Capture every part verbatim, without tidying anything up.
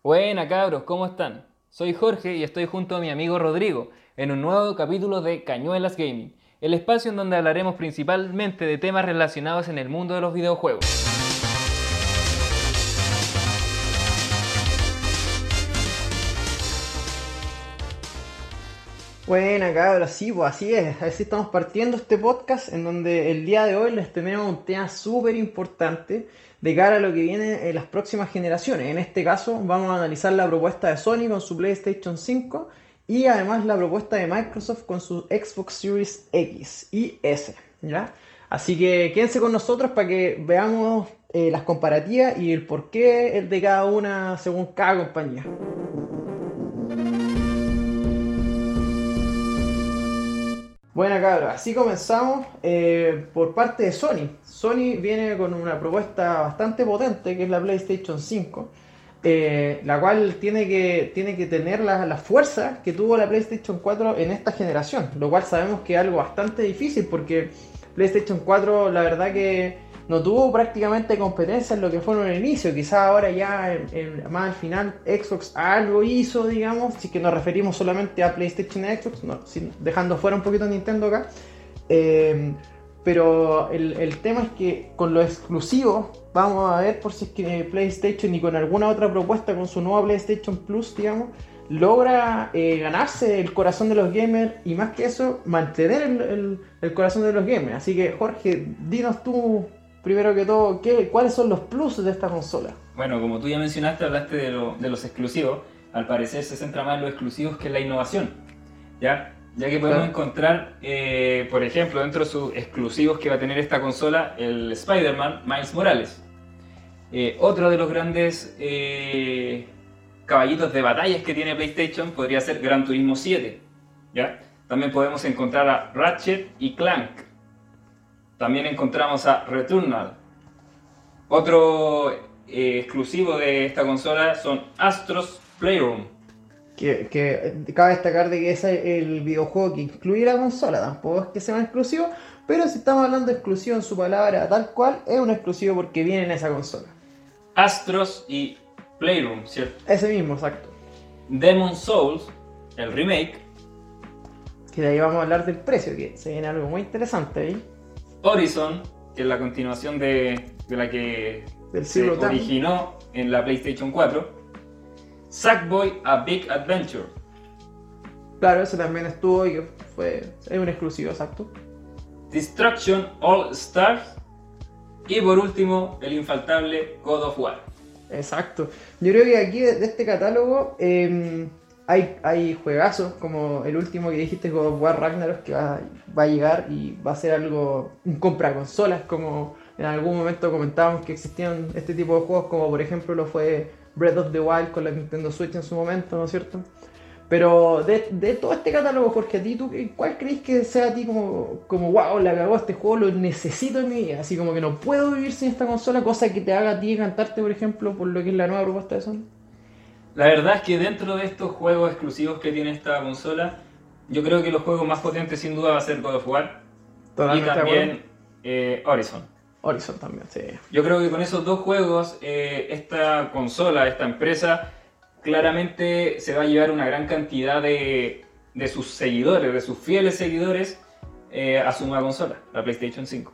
Buena cabros, ¿cómo están? Soy Jorge y estoy junto a mi amigo Rodrigo en un nuevo capítulo de Cañuelas Gaming, el espacio en donde hablaremos principalmente de temas relacionados en el mundo de los videojuegos. Buena cabros, sí, pues así es, así estamos partiendo este podcast en donde el día de hoy les tenemos un tema súper importante de cara a lo que viene en las próximas generaciones. En este caso vamos a analizar la propuesta de Sony con su PlayStation cinco y además la propuesta de Microsoft con su Xbox Series X y S, ¿ya? Así que quédense con nosotros para que veamos eh, las comparativas y el porqué de cada una según cada compañía. Buena cabra, así comenzamos eh, por parte de Sony. Sony viene con una propuesta bastante potente que es la PlayStation cinco, eh, la cual tiene que, tiene que tener la, la fuerza que tuvo la PlayStation cuatro en esta generación, lo cual sabemos que es algo bastante difícil porque PlayStation cuatro la verdad que no tuvo prácticamente competencia en lo que fueron el inicio. Quizás ahora ya en, en, más al final Xbox algo hizo, digamos, si que nos referimos solamente a PlayStation y Xbox, no, sin, dejando fuera un poquito Nintendo acá. Eh, pero el, el tema es que con los exclusivos vamos a ver por si es que PlayStation y con alguna otra propuesta con su nueva PlayStation Plus, digamos, logra eh, ganarse el corazón de los gamers y más que eso, mantener el, el, el corazón de los gamers. Así que Jorge, dinos tú primero que todo, ¿qué, ¿cuáles son los plus de esta consola? Bueno, como tú ya mencionaste, hablaste de, lo, de los exclusivos. Al parecer se centra más en los exclusivos que en la innovación, ¿ya? Ya que podemos claro. encontrar, eh, por ejemplo, dentro de sus exclusivos que va a tener esta consola, el Spider-Man Miles Morales. Eh, otro de los grandes eh, caballitos de batallas que tiene PlayStation podría ser Gran Turismo siete, ¿ya? También podemos encontrar a Ratchet y Clank. También encontramos a Returnal. Otro eh, exclusivo de esta consola son Astro's Playroom. Que, que cabe destacar de que ese es el videojuego que incluye la consola, tampoco es que sea un exclusivo, pero si estamos hablando de exclusivo en su palabra tal cual, es un exclusivo porque viene en esa consola. Astro's y Playroom, ¿cierto? Ese mismo, exacto. Demon's Souls, el remake. Que de ahí vamos a hablar del precio, que se viene algo muy interesante ahí. Horizon, que es la continuación de, de la que del se originó en la PlayStation cuatro. Sackboy: A Big Adventure. Claro, ese también estuvo y fue es un exclusivo, exacto. Destruction All Stars. Y por último, el infaltable God of War. Exacto. Yo creo que aquí de, de este catálogo eh, hay, hay juegazos como el último que dijiste, God of War Ragnarok, que va, va a llegar y va a ser algo, un compra consolas, como en algún momento comentábamos que existían este tipo de juegos, como por ejemplo lo fue Breath of the Wild con la Nintendo Switch en su momento, ¿no es cierto? Pero de, de todo este catálogo, Jorge, a ti, ¿tú, ¿cuál crees que sea a ti como, como wow, la cagó este juego, lo necesito en mi vida? Así como que no puedo vivir sin esta consola, cosa que te haga a ti encantarte, por ejemplo, por lo que es la nueva propuesta de Sony. La verdad es que dentro de estos juegos exclusivos que tiene esta consola, yo creo que los juegos más potentes sin duda va a ser God of War. Totalmente. Y también eh, Horizon. Horizon también, sí. Yo creo que con esos dos juegos, eh, esta consola, esta empresa, claramente se va a llevar una gran cantidad de, de sus seguidores, de sus fieles seguidores, eh, a su nueva consola, la PlayStation cinco.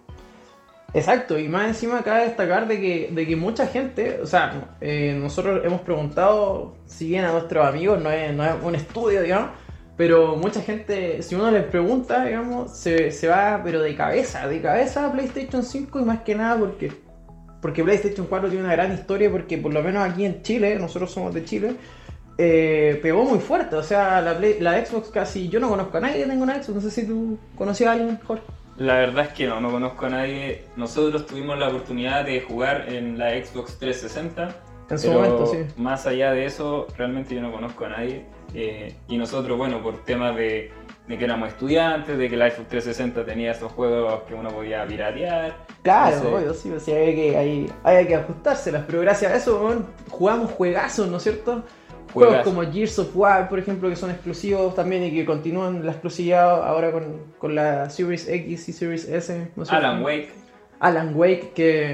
Exacto, y más encima cabe destacar de que, de que mucha gente, o sea, eh, nosotros hemos preguntado, si bien a nuestros amigos, no es, no es un estudio, digamos, pero mucha gente, si uno les pregunta, digamos, se, se va pero de cabeza, de cabeza a PlayStation cinco y más que nada porque, porque PlayStation cuatro tiene una gran historia, porque por lo menos aquí en Chile, nosotros somos de Chile, eh, pegó muy fuerte, o sea, la, Play, la Xbox casi, yo no conozco a nadie que tenga una Xbox, no sé si tú conocías a alguien, Jorge. La verdad es que no, no conozco a nadie. Nosotros tuvimos la oportunidad de jugar en la Xbox trescientos sesenta. En su momento, sí. Más allá de eso, realmente yo no conozco a nadie. Eh, y nosotros, bueno, por temas de, de que éramos estudiantes, de que la Xbox trescientos sesenta tenía esos juegos que uno podía piratear. Claro, entonces, obvio, sí, pues, sí, hay que, hay, hay que ajustárselas, pero gracias a eso, bueno, jugamos juegazos, ¿no es cierto? Juegos como Gears of War, por ejemplo, que son exclusivos también y que continúan la exclusividad ahora con, con la Series X y Series S, ¿no es cierto? Alan Wake. Alan Wake, que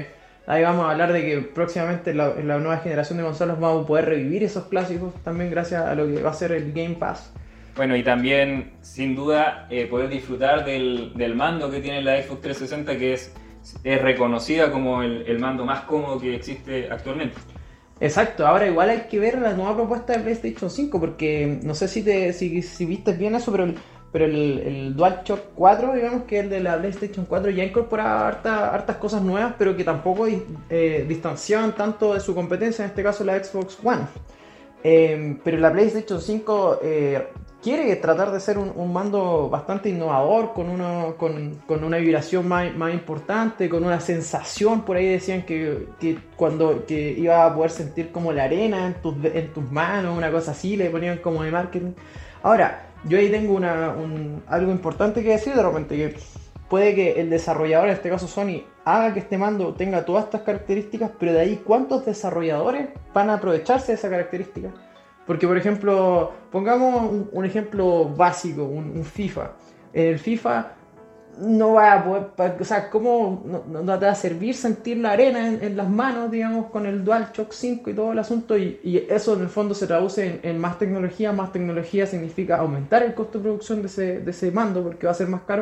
Ahí vamos a hablar de que próximamente en la, en la nueva generación de consolas vamos a poder revivir esos clásicos también gracias a lo que va a ser el Game Pass. Bueno, y también, sin duda, eh, poder disfrutar del, del mando que tiene la Xbox trescientos sesenta, que es, es reconocida como el, el mando más cómodo que existe actualmente. Exacto, ahora igual hay que ver la nueva propuesta de PlayStation cinco, porque no sé si te si, si viste bien eso, pero el, pero el, el DualShock cuatro, digamos que el de la PlayStation cuatro ya incorporaba harta, hartas cosas nuevas, pero que tampoco eh, distanciaban tanto de su competencia, en este caso la Xbox One. Eh, pero la PlayStation cinco eh, quiere tratar de ser un, un mando bastante innovador, con, uno, con, con una vibración más, más importante, con una sensación, por ahí decían que, que cuando que iba a poder sentir como la arena en tus, en tus manos, una cosa así, le ponían como de marketing. Ahora, yo ahí tengo una, un, algo importante que decir de repente, que puede que el desarrollador, en este caso Sony, haga que este mando tenga todas estas características, pero de ahí, ¿cuántos desarrolladores van a aprovecharse de esa característica? Porque, por ejemplo, pongamos un, un ejemplo básico, un, un FIFA. En el FIFA no va a poder, o sea, ¿cómo no, no te va a servir sentir la arena en, en las manos, digamos, con el DualShock cinco y todo el asunto? Y, y eso en el fondo se traduce en, en más tecnología. Más tecnología significa aumentar el costo de producción de ese, de ese mando, porque va a ser más caro.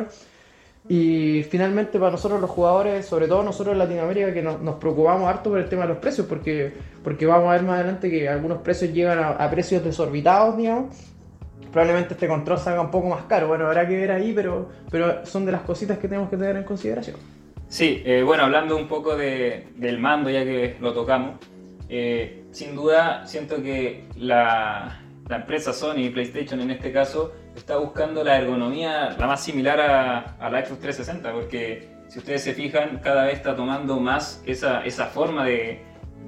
Y finalmente para nosotros los jugadores, sobre todo nosotros en Latinoamérica, que nos, nos preocupamos harto por el tema de los precios, porque, porque vamos a ver más adelante que algunos precios llegan a, a precios desorbitados, digamos. Probablemente este control salga un poco más caro. Bueno, habrá que ver ahí, pero, pero son de las cositas que tenemos que tener en consideración. Sí, eh, bueno, hablando un poco de, del mando, ya que lo tocamos, eh, sin duda siento que la, la empresa Sony, PlayStation en este caso, está buscando la ergonomía la más similar a, a la Xbox trescientos sesenta, porque si ustedes se fijan, cada vez está tomando más esa, esa forma de,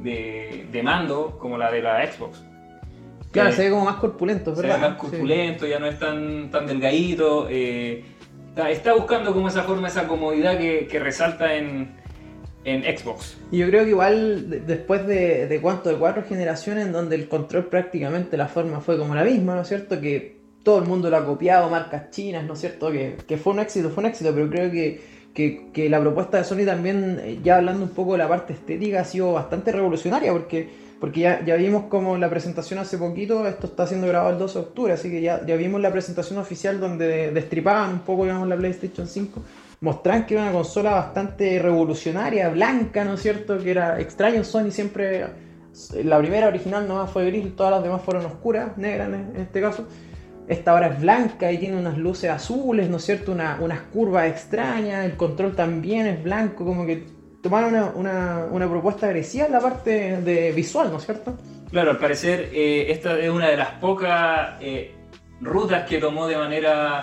de, de mando como la de la Xbox. Claro, eh, se ve como más corpulento, ¿verdad? Se ve más corpulento, sí. Ya no es tan, tan delgadito. Eh, está, está buscando como esa forma, esa comodidad que, que resalta en, en Xbox. Y yo creo que igual de, después de, de cuánto, de cuatro generaciones en donde el control prácticamente la forma fue como la misma, ¿no es cierto? Que todo el mundo lo ha copiado, marcas chinas, ¿no es cierto? Que, que fue un éxito, fue un éxito, pero creo que, que, que la propuesta de Sony también, ya hablando un poco de la parte estética, ha sido bastante revolucionaria, porque... Porque ya, ya vimos como la presentación hace poquito, esto está siendo grabado el doce de octubre, así que ya, ya vimos la presentación oficial donde destripaban un poco, digamos, la PlayStation cinco. Mostraban que era una consola bastante revolucionaria, blanca, ¿no es cierto? Que era extraño, Sony siempre... La primera original nomás fue gris, todas las demás fueron oscuras, negras en, en este caso. Esta ahora es blanca y tiene unas luces azules, ¿no es cierto? Una, unas curvas extrañas, el control también es blanco, como que... Tomaron una, una, una propuesta agresiva en la parte de visual, ¿no es cierto? Claro, al parecer eh, esta es una de las pocas eh, rutas que tomó de manera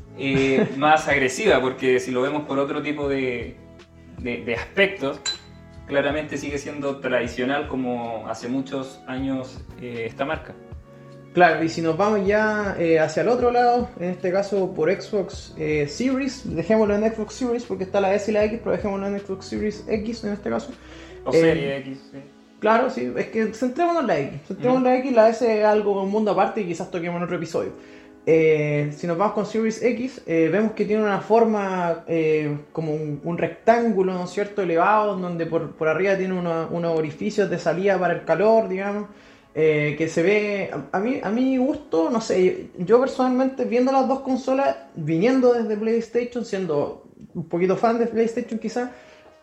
eh, más agresiva, porque si lo vemos por otro tipo de, de, de aspectos, claramente sigue siendo tradicional como hace muchos años eh, esta marca. Claro, y si nos vamos ya eh, hacia el otro lado, en este caso por Xbox eh, Series, dejémoslo en Xbox Series porque está la S y la X, pero dejémoslo en Xbox Series X en este caso. O eh, Serie X, sí. Claro, sí, es que centrémonos en la X, centrémonos en uh-huh. la X, la S es algo, un mundo aparte y quizás toquemos en otro episodio. Eh, si nos vamos con Series X, eh, vemos que tiene una forma eh, como un, un rectángulo, ¿no es cierto?, elevado, donde por, por arriba tiene uno, unos orificios de salida para el calor, digamos. Eh, que se ve, a, a mí a mi gusto, no sé, yo personalmente viendo las dos consolas, viniendo desde PlayStation, siendo un poquito fan de PlayStation quizás,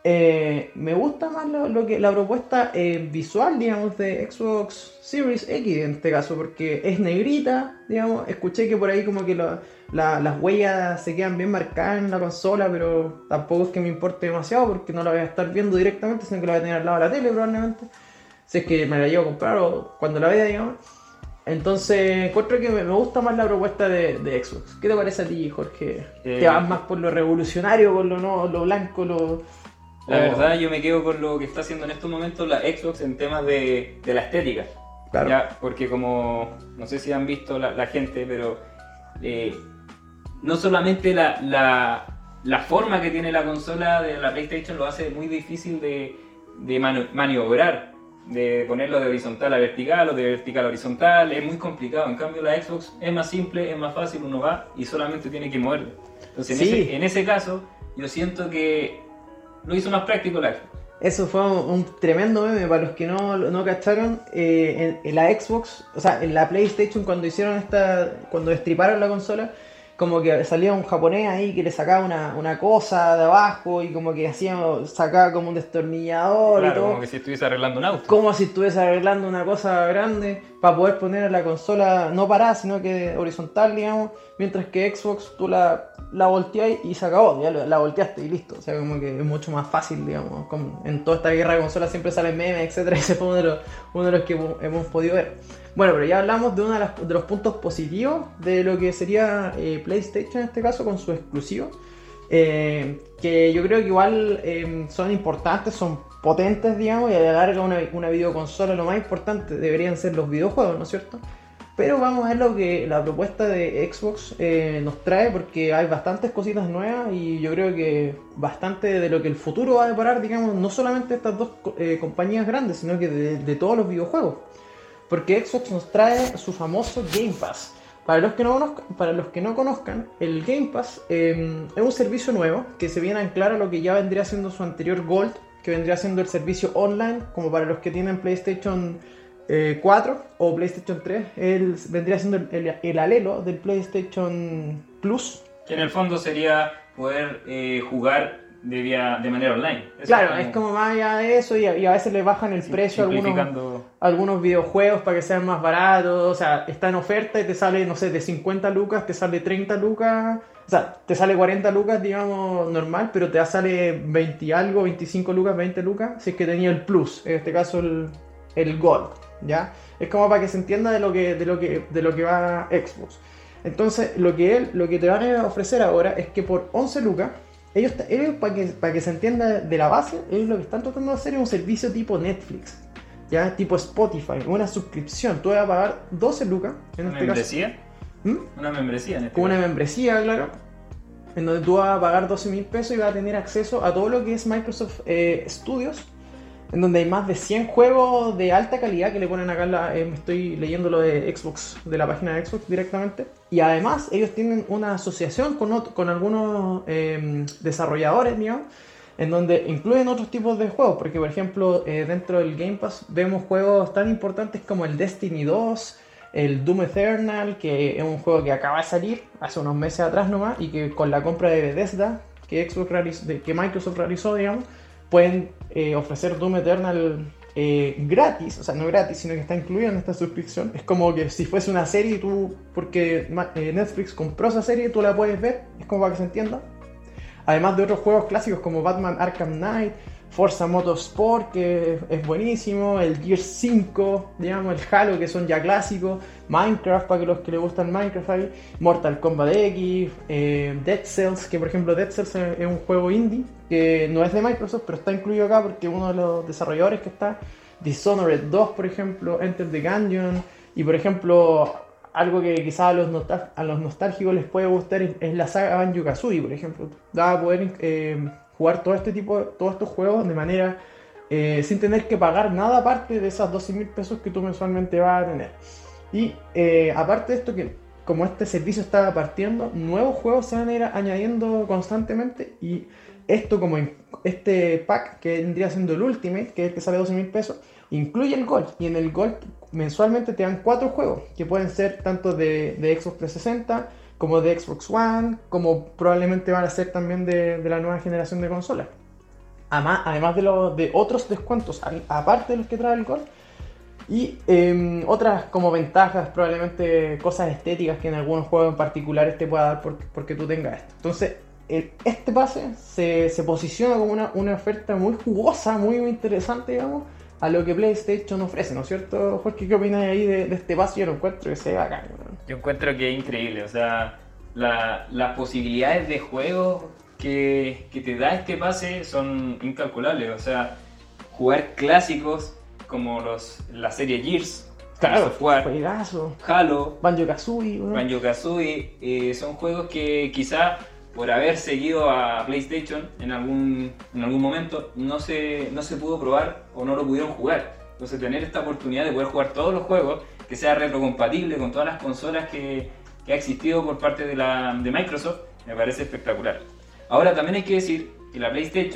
eh, me gusta más lo, lo que la propuesta eh, visual, digamos, de Xbox Series X en este caso, porque es negrita, digamos, escuché que por ahí como que lo, la, las huellas se quedan bien marcadas en la consola, pero tampoco es que me importe demasiado porque no la voy a estar viendo directamente, sino que la voy a tener al lado de la tele probablemente. Si es que me la llevo a comprar o cuando la vea, digamos. Entonces, encuentro que me, me gusta más la propuesta de, de Xbox. ¿Qué te parece a ti, Jorge? Eh, ¿Te vas más por lo revolucionario, por lo no, lo blanco, lo...? La o... verdad, yo me quedo con lo que está haciendo en estos momentos la Xbox en temas de, de la estética. Claro. Ya, porque como, no sé si han visto la, la gente, pero eh, no solamente la, la, la forma que tiene la consola de la PlayStation lo hace muy difícil de, de mani- maniobrar. De ponerlo de horizontal a vertical o de vertical a horizontal, es muy complicado. En cambio la Xbox es más simple, es más fácil, uno va y solamente tiene que moverlo. Entonces sí. en, ese, en ese caso yo siento que lo hizo más práctico la Xbox. Eso fue un, un tremendo meme para los que no, no cacharon. Eh, en, en la Xbox, o sea, en la PlayStation, cuando hicieron esta, cuando destriparon la consola, como que salía un japonés ahí que le sacaba una, una cosa de abajo y como que hacía, sacaba como un destornillador Claro, y todo. como que si estuviese arreglando un auto. Como si estuviese arreglando una cosa grande para poder poner la consola no parada, sino que horizontal, digamos. Mientras que Xbox tú la, la volteas y se acabó, ya la volteaste y listo. O sea, como que es mucho más fácil, digamos. Como en toda esta guerra de consolas siempre salen memes, etcétera. Ese fue uno de los, uno de los que hemos, hemos podido ver. Bueno, pero ya hablamos de uno de, las, de los puntos positivos de lo que sería eh, PlayStation en este caso con sus exclusivos. Eh, que yo creo que igual eh, son importantes, son potentes, digamos, y a la larga una, una videoconsola lo más importante deberían ser los videojuegos, ¿no es cierto? Pero vamos a ver lo que la propuesta de Xbox eh, nos trae, porque hay bastantes cositas nuevas y yo creo que bastante de lo que el futuro va a deparar, digamos, no solamente estas dos eh, compañías grandes, sino que de, de todos los videojuegos. Porque Xbox nos trae su famoso Game Pass. Para los que no conozcan, para los que no conozcan el Game Pass eh, es un servicio nuevo que se viene a anclar a lo que ya vendría siendo su anterior Gold, que vendría siendo el servicio online, como para los que tienen PlayStation eh, cuatro o PlayStation tres, él vendría siendo el, el, el alelo del PlayStation Plus. Que en el fondo sería poder eh, jugar de, vía, de manera online. Eso Claro, es como, es como más allá de eso y a, y a veces le bajan el sí, precio a algunos, simplificando. algunos videojuegos para que sean más baratos. O sea, está en oferta y te sale, no sé, de cincuenta lucas, te sale treinta lucas. O sea, te sale cuarenta lucas, digamos, normal, pero te sale veinte algo, veinticinco lucas, veinte lucas, si es que tenía el Plus, en este caso el, el Gold, ¿ya? Es como para que se entienda de lo que, de lo que, de lo que va Xbox. Entonces, lo que, él, lo que te van a ofrecer ahora es que por once lucas, ellos, ellos para, que, para que se entienda de la base, ellos lo que están tratando de hacer es un servicio tipo Netflix, ¿ya? Tipo Spotify, una suscripción. Tú vas a pagar doce lucas, en ¿Una este membresía? caso. ¿Mm? Una membresía en este Con una caso. membresía, claro, en donde tú vas a pagar doce mil pesos y vas a tener acceso a todo lo que es Microsoft eh, Studios, en donde hay más de cien juegos de alta calidad que le ponen acá, la, eh, me estoy leyendo lo de Xbox, de la página de Xbox directamente. Y además ellos tienen una asociación con, otro, con algunos eh, desarrolladores, digamos, en donde incluyen otros tipos de juegos, porque por ejemplo eh, dentro del Game Pass vemos juegos tan importantes como el Destiny dos, el Doom Eternal, que es un juego que acaba de salir hace unos meses atrás nomás, y que con la compra de Bethesda que, Xbox realizó, que Microsoft realizó, digamos, pueden eh, ofrecer Doom Eternal eh, gratis, o sea, no gratis, sino que está incluido en esta suscripción. Es como que si fuese una serie, tú, porque eh, Netflix compró esa serie, tú la puedes ver, es como para que se entienda. Además de otros juegos clásicos como Batman Arkham Knight, Forza Motorsport, que es buenísimo, el Gears cinco, digamos, el Halo, que son ya clásicos, Minecraft, para que los que les gustan Minecraft ahí, Mortal Kombat X, eh, Dead Cells, que por ejemplo Dead Cells es un juego indie, que no es de Microsoft, pero está incluido acá porque uno de los desarrolladores que está, Dishonored dos, por ejemplo, Enter the Gungeon, y por ejemplo, algo que quizás a los, nostal- a los nostálgicos les puede gustar es, es la saga Banjo-Kazooie, por ejemplo. Va a poder eh, jugar todo este tipo, todos estos juegos de manera eh, sin tener que pagar nada aparte de esas doce mil pesos que tú mensualmente vas a tener. Y eh, aparte de esto, que como este servicio está partiendo, nuevos juegos se van a ir añadiendo constantemente, y esto como in- este pack que vendría siendo el Ultimate, que es el que sale doce mil pesos, incluye el Gold, y en el Gold mensualmente te dan cuatro juegos que pueden ser tanto de, de Xbox trescientos sesenta como de Xbox One, como probablemente van a ser también de, de la nueva generación de consolas. Además, además de, los, de otros descuentos, aparte de los que trae el Gold, y eh, otras como ventajas, probablemente cosas estéticas que en algunos juegos en particulares te pueda dar porque, porque tú tengas esto. Entonces, el, este pase se, se posiciona como una, una oferta muy jugosa, muy, muy interesante, digamos, a lo que PlayStation ofrece, ¿no es cierto, Jorge? ¿Qué opinas ahí de, de este pase? Yo lo encuentro que se ve bacán, ¿no? Yo encuentro que es increíble, o sea, la, las posibilidades de juego que, que te da este pase son incalculables, o sea, jugar clásicos como los, la serie Gears, Claro, War, juegazo. Halo, Banjo-Kazooie, ¿no? Banjo-Kazooie, eh, son juegos que quizá por haber seguido a PlayStation en algún, en algún momento no se, no se pudo probar o no lo pudieron jugar. Entonces tener esta oportunidad de poder jugar todos los juegos, que sea retrocompatible con todas las consolas que, que ha existido por parte de, la, de Microsoft, me parece espectacular. Ahora también hay que decir que la PlayStation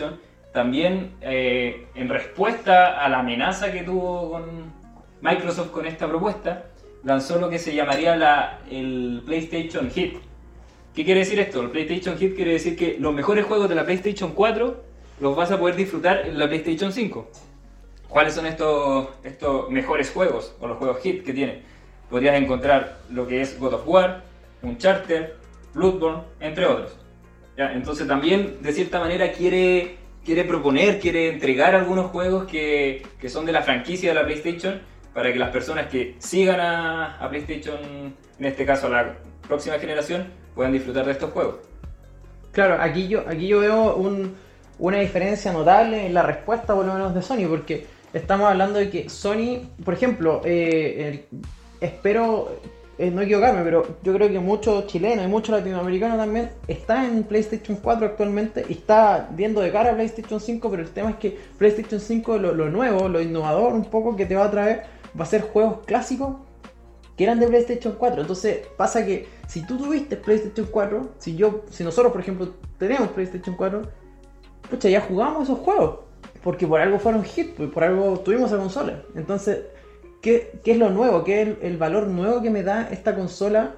también eh, en respuesta a la amenaza que tuvo con Microsoft con esta propuesta, lanzó lo que se llamaría la, el PlayStation Hit. ¿Qué quiere decir esto? El PlayStation Hit quiere decir que los mejores juegos de la PlayStation cuatro los vas a poder disfrutar en la PlayStation cinco. ¿Cuáles son estos, estos mejores juegos o los juegos hit que tiene? Podrías encontrar lo que es God of War, Uncharted, Bloodborne, entre otros. ¿Ya? Entonces también de cierta manera quiere, quiere proponer, quiere entregar algunos juegos que, que son de la franquicia de la PlayStation para que las personas que sigan a, a PlayStation, en este caso a la próxima generación, puedan disfrutar de estos juegos. Claro, aquí yo, aquí yo veo un, una diferencia notable en la respuesta, por lo menos de Sony, porque estamos hablando de que Sony, por ejemplo, eh, el, espero eh, no equivocarme, pero yo creo que muchos chilenos y muchos latinoamericanos también están en PlayStation cuatro actualmente y está viendo de cara a PlayStation cinco, pero el tema es que PlayStation cinco, lo, lo nuevo, lo innovador un poco que te va a traer, va a ser juegos clásicos que eran de PlayStation cuatro. Entonces pasa que si tú tuviste PlayStation cuatro, si yo, si nosotros por ejemplo tenemos PlayStation cuatro, pucha, ya jugamos esos juegos, porque por algo fueron hit, por algo tuvimos esa consola. Entonces, ¿qué, qué es lo nuevo? ¿Qué es el, el valor nuevo que me da esta consola?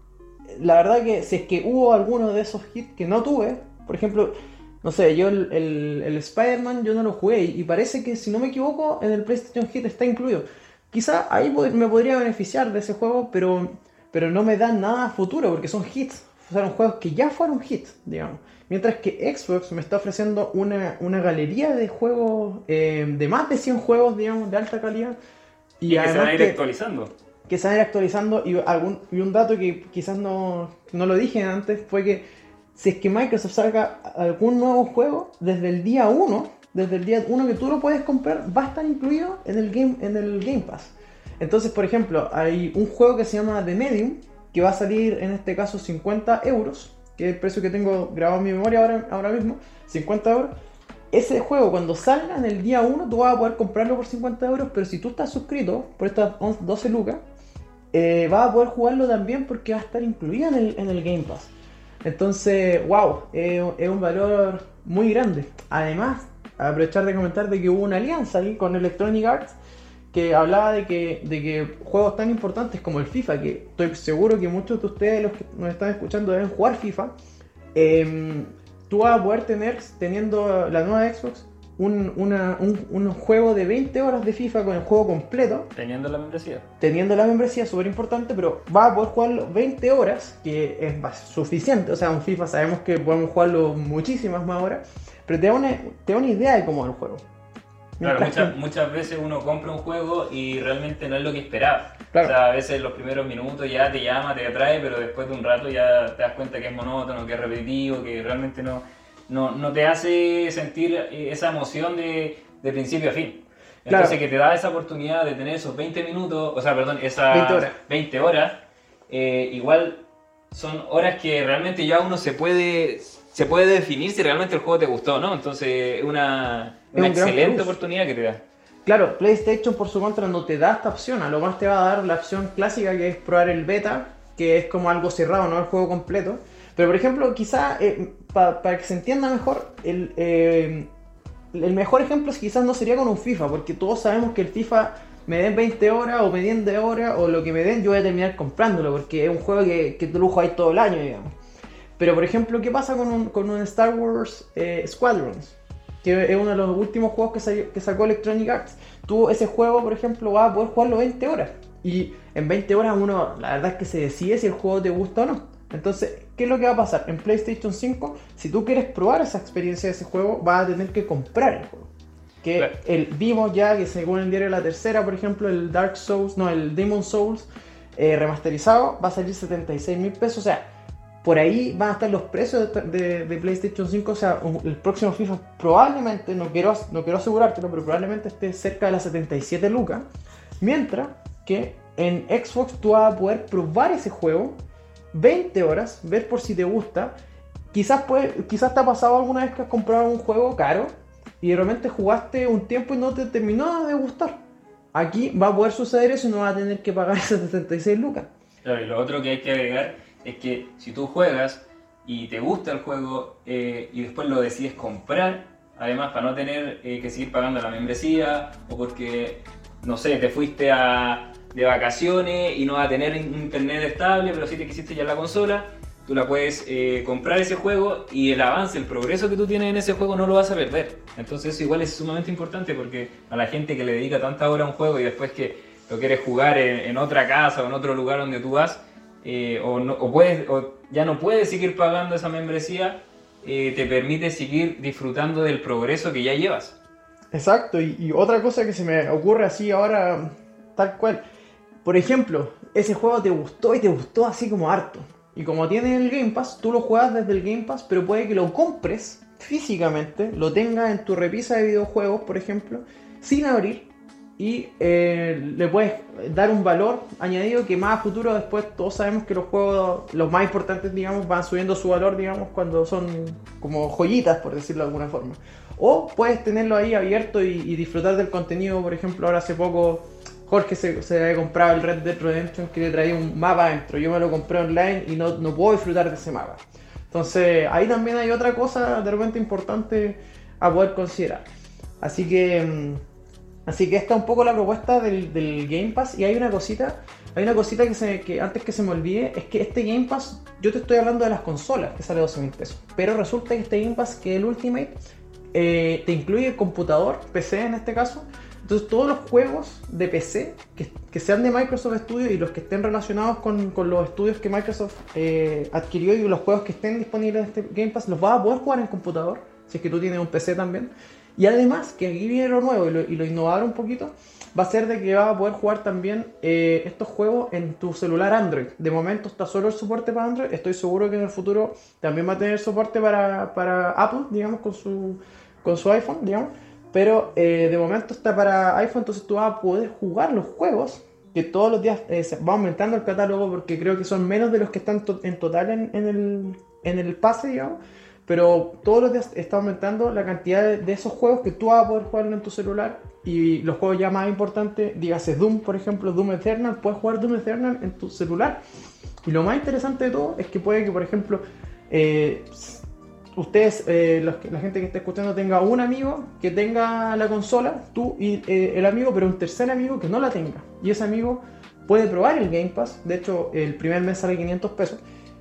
La verdad que si es que hubo alguno de esos hits que no tuve, por ejemplo, no sé, yo el, el, el Spider-Man yo no lo jugué y parece que, si no me equivoco, en el PlayStation Hit está incluido. Quizá ahí me podría beneficiar de ese juego, pero, pero no me dan nada a futuro porque son hits, son juegos que ya fueron hits, digamos. Mientras que Xbox me está ofreciendo una, una galería de juegos, eh, de más de cien juegos, digamos, de alta calidad. Y, y que se van a ir que, actualizando. Que se van a ir actualizando. Y, algún, y un dato que quizás no, no lo dije antes fue que si es que Microsoft saca algún nuevo juego, desde el día uno, desde el día uno que tú lo puedes comprar, va a estar incluido en el Game, en el Game Pass. Entonces, por ejemplo, hay un juego que se llama The Medium, que va a salir en este caso cincuenta euros, que es el precio que tengo grabado en mi memoria ahora, ahora mismo, cincuenta euros. Ese juego, cuando salga en el día uno, tú vas a poder comprarlo por cincuenta euros, pero si tú estás suscrito por estas doce lucas, eh, vas a poder jugarlo también porque va a estar incluido en el, en el Game Pass. Entonces, wow, eh, es un valor muy grande. Además, aprovechar de comentar de que hubo una alianza ahí con Electronic Arts que hablaba de que, de que juegos tan importantes como el FIFA, que estoy seguro que muchos de ustedes, los que nos están escuchando, deben jugar FIFA, eh, tú vas a poder tener, teniendo la nueva Xbox, un, una, un, un juego de veinte horas de FIFA con el juego completo. Teniendo la membresía. Teniendo la membresía, súper importante, pero vas a poder jugarlo veinte horas, que es suficiente. O sea, un FIFA sabemos que podemos jugarlo muchísimas más horas, pero te da una, te da una idea de cómo es el juego. Claro, muchas, que... muchas veces uno compra un juego y realmente no es lo que esperaba. Claro. O sea, a veces los primeros minutos ya te llama, te atrae, pero después de un rato ya te das cuenta que es monótono, que es repetitivo, que realmente no, no, no te hace sentir esa emoción de, de principio a fin. Entonces, claro, que te da esa oportunidad de tener esos veinte minutos, o sea, perdón, esas veinte horas, veinte horas eh, igual son horas que realmente ya uno se puede... se puede definir si realmente el juego te gustó, ¿no? Entonces es una, una es un excelente oportunidad que te da. Claro, PlayStation por su contra no te da esta opción, a lo más te va a dar la opción clásica que es probar el beta, que es como algo cerrado, no el juego completo. Pero por ejemplo, quizá eh, pa, para que se entienda mejor, el, eh, el mejor ejemplo quizás no sería con un FIFA, porque todos sabemos que el FIFA me den veinte horas o me den de horas o lo que me den, yo voy a terminar comprándolo, porque es un juego que, que tú lo jugáis todo el año, digamos. Pero por ejemplo, ¿qué pasa con un, con un Star Wars eh, Squadrons? Que es uno de los últimos juegos que, salió, que sacó Electronic Arts. Tú ese juego, por ejemplo, vas a poder jugarlo veinte horas. Y en veinte horas uno, la verdad es que se decide si el juego te gusta o no. Entonces, ¿qué es lo que va a pasar? En PlayStation cinco, si tú quieres probar esa experiencia de ese juego, vas a tener que comprar el juego. Que claro, el, vimos ya que según el diario La Tercera, por ejemplo, el Dark Souls, no, el Demon Souls eh, remasterizado va a salir setenta y seis mil pesos. O sea, por ahí van a estar los precios de, de, de PlayStation cinco, o sea, el próximo FIFA probablemente, no quiero, no quiero asegurártelo, pero probablemente esté cerca de las setenta y siete lucas, mientras que en Xbox tú vas a poder probar ese juego veinte horas, ver por si te gusta. Quizás, puede, quizás te ha pasado alguna vez que has comprado un juego caro y de repente jugaste un tiempo y no te terminó de gustar. Aquí va a poder suceder eso y no vas a tener que pagar esas setenta y seis lucas. Claro, y lo otro que hay que agregar es que si tú juegas y te gusta el juego eh, y después lo decides comprar, además para no tener eh, que seguir pagando la membresía o porque, no sé, te fuiste a, de vacaciones y no vas a tener internet estable, pero sí te quisiste ya la consola, tú la puedes eh, comprar ese juego y el avance, el progreso que tú tienes en ese juego no lo vas a perder. Entonces eso igual es sumamente importante porque a la gente que le dedica tanta hora a un juego y después que lo quieres jugar en, en otra casa o en otro lugar donde tú vas, eh, o, no, o, puedes, o ya no puedes seguir pagando esa membresía, eh, te permite seguir disfrutando del progreso que ya llevas. Exacto, y, y otra cosa que se me ocurre así ahora, tal cual. Por ejemplo, ese juego te gustó y te gustó así como harto. Y como tiene el Game Pass, tú lo juegas desde el Game Pass, pero puede que lo compres físicamente, lo tengas en tu repisa de videojuegos, por ejemplo, sin abrir, y eh, le puedes dar un valor añadido que más a futuro después todos sabemos que los juegos, los más importantes, digamos, van subiendo su valor, digamos, cuando son como joyitas, por decirlo de alguna forma. O puedes tenerlo ahí abierto y, y disfrutar del contenido. Por ejemplo, ahora hace poco Jorge se, se había comprado el Red Dead Redemption que le traía un mapa adentro. Yo me lo compré online y no, no puedo disfrutar de ese mapa. Entonces ahí también hay otra cosa de repente importante a poder considerar. Así que así que esta es un poco la propuesta del, del Game Pass. Y hay una cosita, hay una cosita que, se, que antes que se me olvide, es que este Game Pass, yo te estoy hablando de las consolas, que sale doce mil pesos. Pero resulta que este Game Pass, que es el Ultimate, eh, te incluye el computador, P C en este caso. Entonces todos los juegos de P C que, que sean de Microsoft Studios y los que estén relacionados con, con los estudios que Microsoft eh, adquirió y los juegos que estén disponibles en este Game Pass, los vas a poder jugar en computador, si es que tú tienes un P C también. Y además, que aquí viene lo nuevo y lo, y lo innovador un poquito, va a ser de que vas a poder jugar también eh, estos juegos en tu celular Android. De momento está solo el soporte para Android, estoy seguro que en el futuro también va a tener soporte para, para Apple, digamos, con su, con su iPhone, digamos. Pero eh, de momento está para iPhone, entonces tú vas a poder jugar los juegos que todos los días eh, se va aumentando el catálogo, porque creo que son menos de los que están to en total en, en, el, en el pase, digamos. Pero todos los días está aumentando la cantidad de, de esos juegos que tú vas a poder jugar en tu celular. Y los juegos ya más importantes, dígase Doom, por ejemplo, Doom Eternal, puedes jugar Doom Eternal en tu celular. Y lo más interesante de todo es que puede que, por ejemplo, eh, ustedes, eh, los, la gente que está escuchando, tenga un amigo que tenga la consola, tú y eh, el amigo, pero un tercer amigo que no la tenga. Y ese amigo puede probar el Game Pass. De hecho, el primer mes sale quinientos pesos.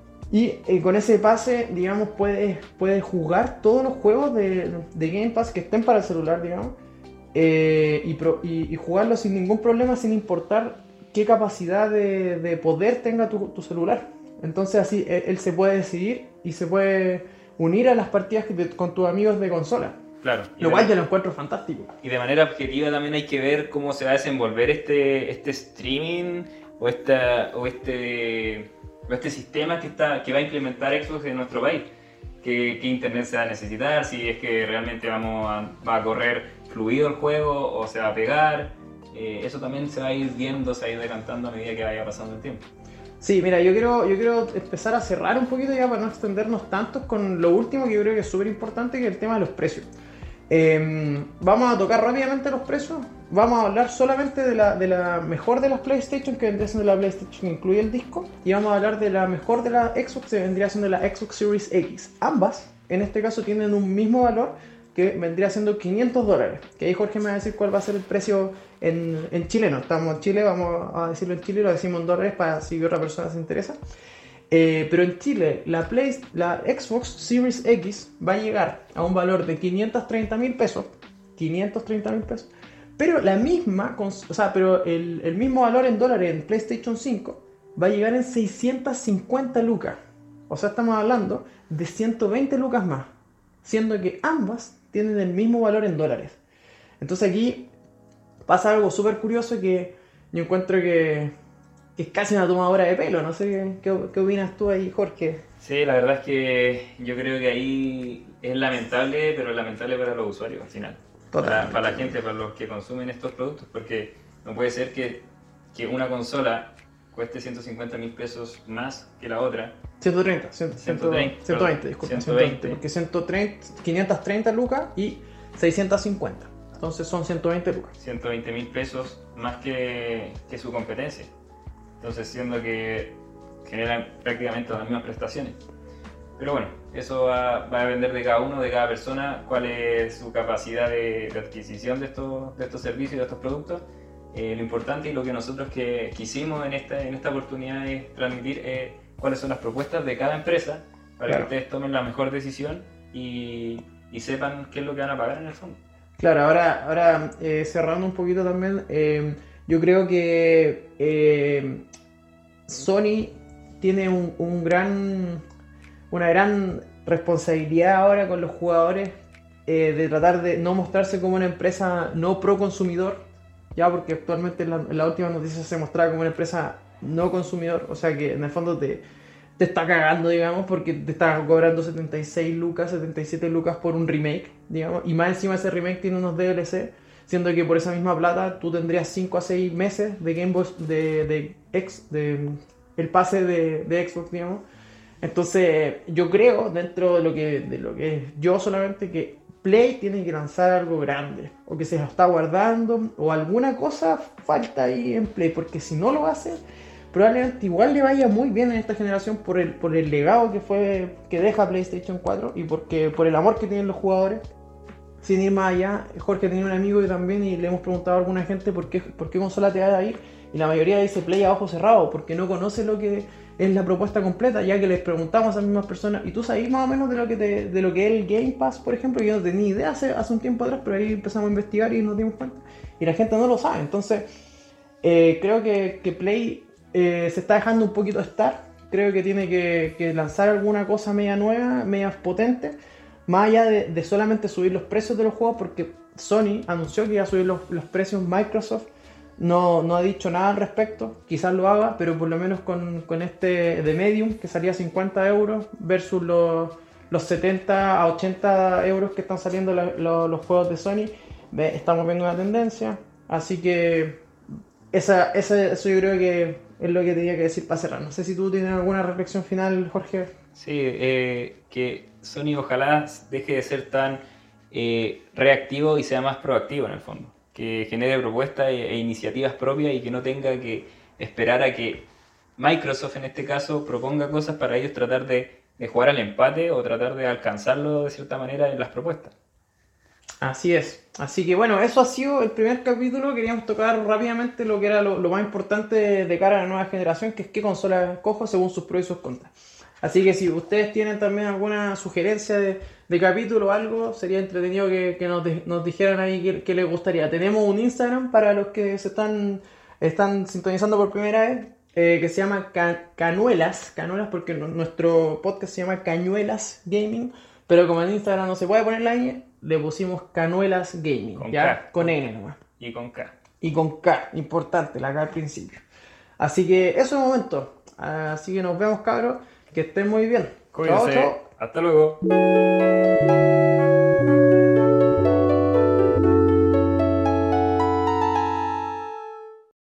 Y eh, con ese pase, digamos, puedes, puedes jugar todos los juegos de, de Game Pass que estén para el celular, digamos, eh, y, pro, y, y jugarlos sin ningún problema, sin importar qué capacidad de, de poder tenga tu, tu celular. Entonces así él, él se puede decidir y se puede unir a las partidas que te, con tus amigos de consola. Claro. Lo cual yo lo encuentro fantástico. Y de manera objetiva también hay que ver cómo se va a desenvolver este, este streaming o, esta, o este... este sistema que, está, que va a implementar Xbox en nuestro país, qué, qué internet se va a necesitar, si es que realmente vamos a, va a correr fluido el juego o se va a pegar, eh, eso también se va a ir viendo, se va a ir decantando a medida que vaya pasando el tiempo. Sí, mira, yo quiero, yo quiero empezar a cerrar un poquito ya para no extendernos tanto con lo último que yo creo que es súper importante, que es el tema de los precios. Eh, vamos a tocar rápidamente los precios. Vamos a hablar solamente de la, de la mejor de las PlayStation, que vendría siendo la PlayStation que incluye el disco, y vamos a hablar de la mejor de la Xbox, que vendría siendo la Xbox Series X. Ambas, en este caso, tienen un mismo valor, que vendría siendo quinientos dólares. Que ahí Jorge me va a decir cuál va a ser el precio en, en chileno. Estamos en Chile, vamos a decirlo en Chile, lo decimos en dólares para si otra persona se interesa. Eh, pero en Chile, la, Play, la Xbox Series X va a llegar a un valor de quinientos treinta mil pesos. quinientos treinta mil pesos. Pero la misma, o sea, pero el, el mismo valor en dólares en PlayStation cinco va a llegar en seiscientos cincuenta lucas. O sea, estamos hablando de ciento veinte lucas más. Siendo que ambas tienen el mismo valor en dólares. Entonces aquí pasa algo súper curioso que yo encuentro que, que es casi una tomadora de pelo. No sé qué, qué opinas tú ahí, Jorge. Sí, la verdad es que yo creo que ahí es lamentable, pero es lamentable para los usuarios al final. Para, para la gente, para los que consumen estos productos, porque no puede ser que, que una consola cueste ciento cincuenta mil pesos más que la otra. ciento treinta, ciento, ciento treinta, ciento veinte, disculpa, ciento veinte. Porque ciento treinta, quinientos treinta lucas y seiscientos cincuenta. Entonces son ciento veinte lucas. ciento veinte mil pesos más que, que su competencia. Entonces, siendo que generan prácticamente las mismas prestaciones. Pero bueno, eso va, va a depender de cada uno, de cada persona, cuál es su capacidad de, de adquisición de estos, de estos servicios, de estos productos. Eh, lo importante y lo que nosotros que quisimos en esta, en esta oportunidad es transmitir eh, cuáles son las propuestas de cada empresa para claro. que ustedes tomen la mejor decisión y, y sepan qué es lo que van a pagar en el fondo. Claro, ahora, ahora eh, cerrando un poquito también, eh, yo creo que eh, Sony tiene un, un gran, una gran responsabilidad ahora con los jugadores eh, de tratar de no mostrarse como una empresa no pro consumidor, ya porque actualmente en la, en la última noticia se mostraba como una empresa no consumidor, o sea que en el fondo te, te está cagando, digamos, porque te está cobrando setenta y seis lucas, setenta y siete lucas por un remake, digamos, y más encima ese remake tiene unos D L C, siendo que por esa misma plata tú tendrías cinco a seis meses de Game Boy, de, de, ex, de el pase de, de Xbox, digamos. Entonces yo creo, dentro de lo que, de lo que es yo solamente, que Play tiene que lanzar algo grande, o que se lo está guardando, o alguna cosa falta ahí en Play, porque si no lo hace, probablemente igual le vaya muy bien en esta generación por el, por el legado que fue que deja PlayStation cuatro y porque por el amor que tienen los jugadores. Sin ir más allá, Jorge tenía un amigo y también y le hemos preguntado a alguna gente por qué, por qué consola te vas a ir, y la mayoría dice Play a ojo cerrado, porque no conoce lo que es la propuesta completa, ya que les preguntamos a las mismas personas, ¿y tú sabes más o menos de lo que te, de lo que es el Game Pass, por ejemplo? Yo no tenía idea hace, hace un tiempo atrás, pero ahí empezamos a investigar y nos dimos cuenta, y la gente no lo sabe. Entonces eh, creo que, que Play eh, se está dejando un poquito estar, creo que tiene que, que lanzar alguna cosa media nueva, media potente, más allá de, de solamente subir los precios de los juegos, porque Sony anunció que iba a subir los, los precios. Microsoft no, no ha dicho nada al respecto, quizás lo haga, pero por lo menos con, con este de Medium, que salía cincuenta euros, versus los, los setenta a ochenta euros que están saliendo la, lo, los juegos de Sony, ve, estamos viendo una tendencia, así que esa, esa, eso yo creo que es lo que tenía que decir para cerrar. No sé si tú tienes alguna reflexión final, Jorge. Sí, eh, que Sony ojalá deje de ser tan eh, reactivo y sea más proactivo en el fondo, que genere propuestas e, e iniciativas propias y que no tenga que esperar a que Microsoft en este caso proponga cosas para ellos tratar de, de jugar al empate o tratar de alcanzarlo de cierta manera en las propuestas. Así es, así que bueno, eso ha sido el primer capítulo. Queríamos tocar rápidamente lo que era lo, lo más importante de cara a la nueva generación, que es qué consola cojo según sus pros y sus contras. Así que si ustedes tienen también alguna sugerencia de, de capítulo o algo, sería entretenido que, que nos, de, nos dijeran ahí qué, qué les gustaría. Tenemos un Instagram para los que se están, están sintonizando por primera vez, eh, que se llama Ca- Canuelas, Canuelas porque no, nuestro podcast se llama Cañuelas Gaming, pero como en Instagram no se puede poner la ñ, le pusimos Canuelas Gaming, con ¿ya? K. Con N nomás. Y con K. Y con K, importante, la K al principio. Así que eso es el momento. Así que nos vemos, cabros. Que estén muy bien. Cuídense. Chao, chao. Hasta luego.